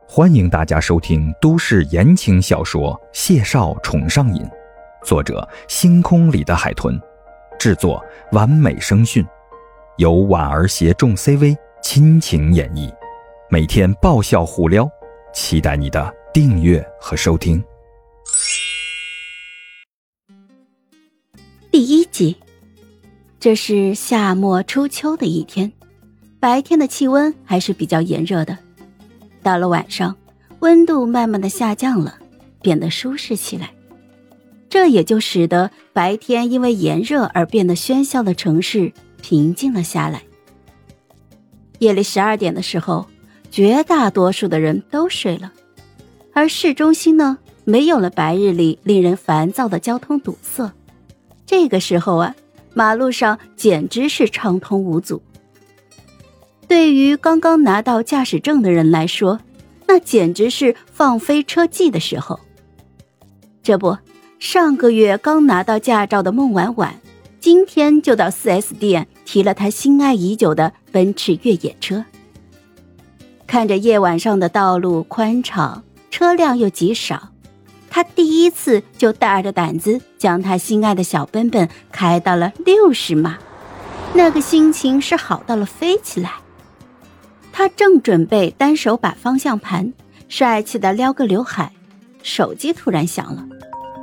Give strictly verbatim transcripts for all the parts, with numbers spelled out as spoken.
欢迎大家收听都市言情小说《谢少宠上瘾》，作者星空里的海豚，制作完美声讯，由婉儿携众 C V 亲情演绎，每天爆笑互撩，期待你的订阅和收听。 第一集，这是夏末初秋的一天，白天的气温还是比较炎热的。到了晚上，温度慢慢的下降了，变得舒适起来。这也就使得白天因为炎热而变得喧嚣的城市平静了下来。夜里十二点的时候，绝大多数的人都睡了，而市中心呢，没有了白日里令人烦躁的交通堵塞。这个时候啊，马路上简直是畅通无阻。对于刚刚拿到驾驶证的人来说，那简直是放飞车技的时候。这不，上个月刚拿到驾照的孟婉婉，今天就到 四 S 店提了她心爱已久的奔驰越野车。看着夜晚上的道路宽敞，车辆又极少，她第一次就大着胆子将她心爱的小奔奔开到了六十码，那个心情是好到了飞起来。他正准备单手把方向盘，帅气的撩个刘海，手机突然响了。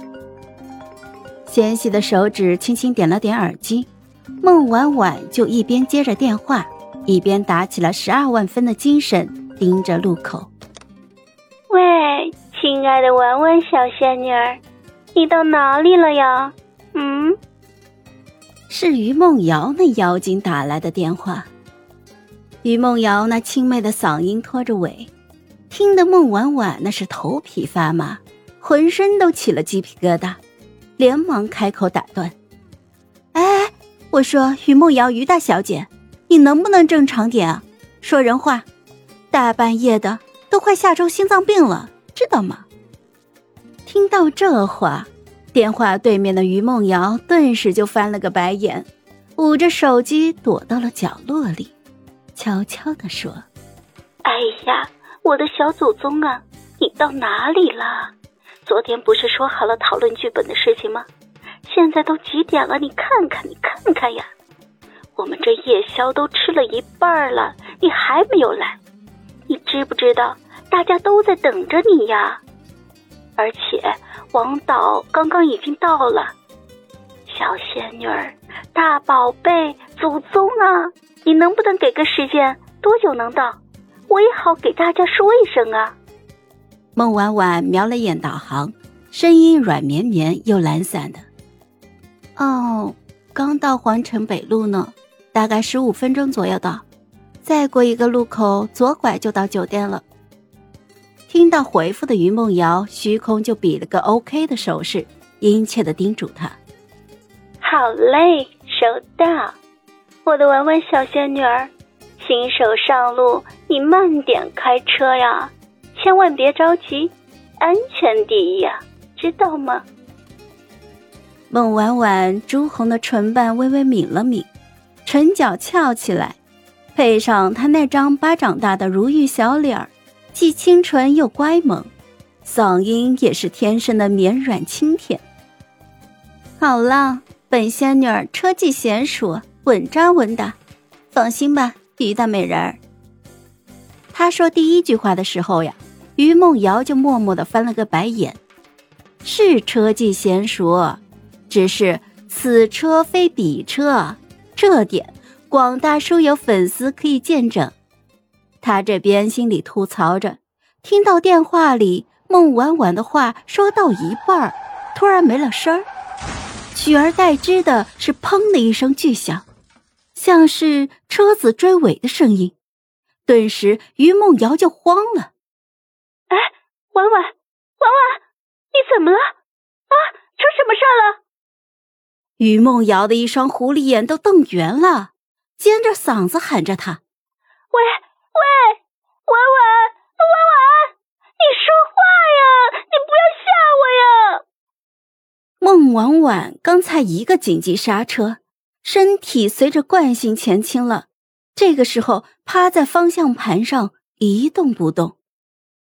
纤细的手指轻轻点了点耳机，孟婉婉就一边接着电话，一边打起了十二万分的精神，盯着路口。 喂，亲爱的婉婉小仙女儿，你到哪里了呀？嗯， 是于梦瑶那妖精打来的电话。于梦瑶那清媚的嗓音拖着尾，听得孟婉婉那是头皮发麻，浑身都起了鸡皮疙瘩，连忙开口打断。哎，我说于梦瑶于大小姐，你能不能正常点啊？说人话，大半夜的都快吓出心脏病了，知道吗？听到这话，电话对面的于梦瑶顿时就翻了个白眼，捂着手机躲到了角落里，悄悄地说： 哎呀，我的小祖宗啊，你到哪里了？昨天不是说好了讨论剧本的事情吗？现在都几点了，你看看你看看呀，我们这夜宵都吃了一半了，你还没有来，你知不知道大家都在等着你呀？而且王导刚刚已经到了。小仙女儿，大宝贝，祖宗啊，你能不能给个时间，多久能到？我也好给大家说一声啊。 孟婉婉瞄了眼导航，声音软绵绵又懒散的。哦，刚到环城北路呢，大概十五分钟左右到，再过一个路口左拐就到酒店了。听到回复的于梦瑶虚空就比了个 OK 的手势，殷切地叮嘱她。 好嘞，收到。我的婉婉小仙女儿，新手上路，你慢点开车呀，千万别着急，安全第一呀，知道吗？ 孟婉婉朱红的唇瓣微微抿了抿，唇角翘起来，配上她那张巴掌大的如玉小脸儿，既清纯又乖萌，嗓音也是天生的绵软清甜。好了，本仙女儿车技娴熟，稳扎稳打，放心吧，于大美人儿。她说第一句话的时候呀，于梦瑶就默默地翻了个白眼。是车技娴熟，只是此车非彼车，这点广大书友粉丝可以见证。他这边心里吐槽着，听到电话里孟婉婉的话说到一半，突然没了声儿，取而代之的是砰的一声巨响，像是车子追尾的声音。顿时于梦瑶就慌了。 哎，婉婉，婉婉，你怎么了？啊，出什么事了？ 于梦瑶的一双狐狸眼都瞪圆了，尖着嗓子喊着她。 喂喂，婉婉，婉婉，你说话呀，你不要吓我呀。 孟婉婉刚才一个紧急刹车，身体随着惯性前倾了，这个时候趴在方向盘上一动不动。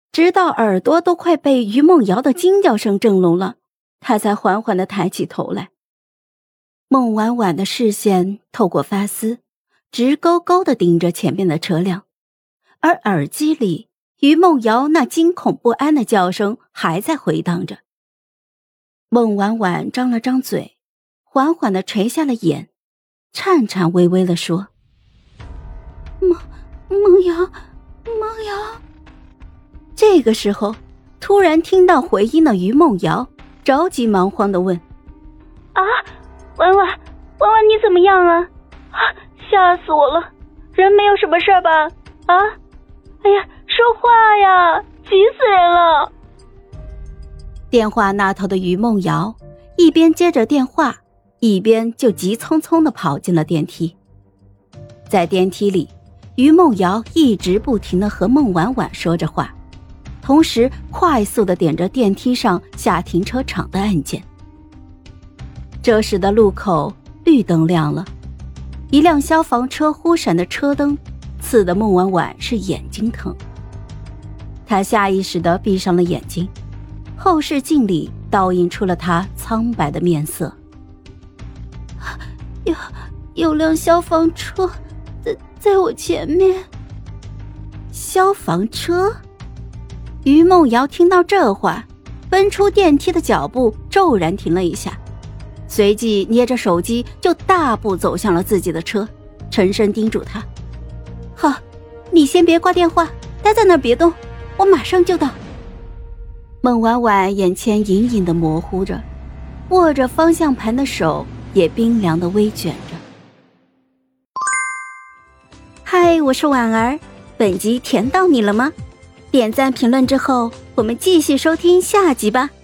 直到耳朵都快被于梦瑶的惊叫声震聋了，他才缓缓地抬起头来。孟婉婉的视线透过发丝，直勾勾地盯着前面的车辆，而耳机里于梦瑶那惊恐不安的叫声还在回荡着。孟婉婉张了张嘴，缓缓地垂下了眼，颤颤巍巍地说：梦梦瑶梦瑶。这个时候突然听到回音的于梦瑶着急忙慌地问： 啊，婉婉婉婉，你怎么样啊？啊，吓死我了，人没有什么事吧？啊，哎呀，说话呀，急死人了。 电话那头的于梦瑶一边接着电话，一边就急匆匆地跑进了电梯。在电梯里，于梦瑶一直不停地和孟婉婉说着话，同时快速地点着电梯上下停车场的按键。这时的路口绿灯亮了，一辆消防车忽闪的车灯刺得孟婉婉是眼睛疼。她下意识地闭上了眼睛，后视镜里倒映出了她苍白的面色。有有辆消防车在在我前面。消防车？于梦瑶听到这话，奔出电梯的脚步骤然停了一下，随即捏着手机就大步走向了自己的车，沉声叮嘱他：好，你先别挂电话，待在那儿别动，我马上就到。孟婉婉眼前隐隐地模糊着，握着方向盘的手也冰凉地微卷着。嗨，我是婉儿，本集甜到你了吗？点赞评论之后，我们继续收听下集吧。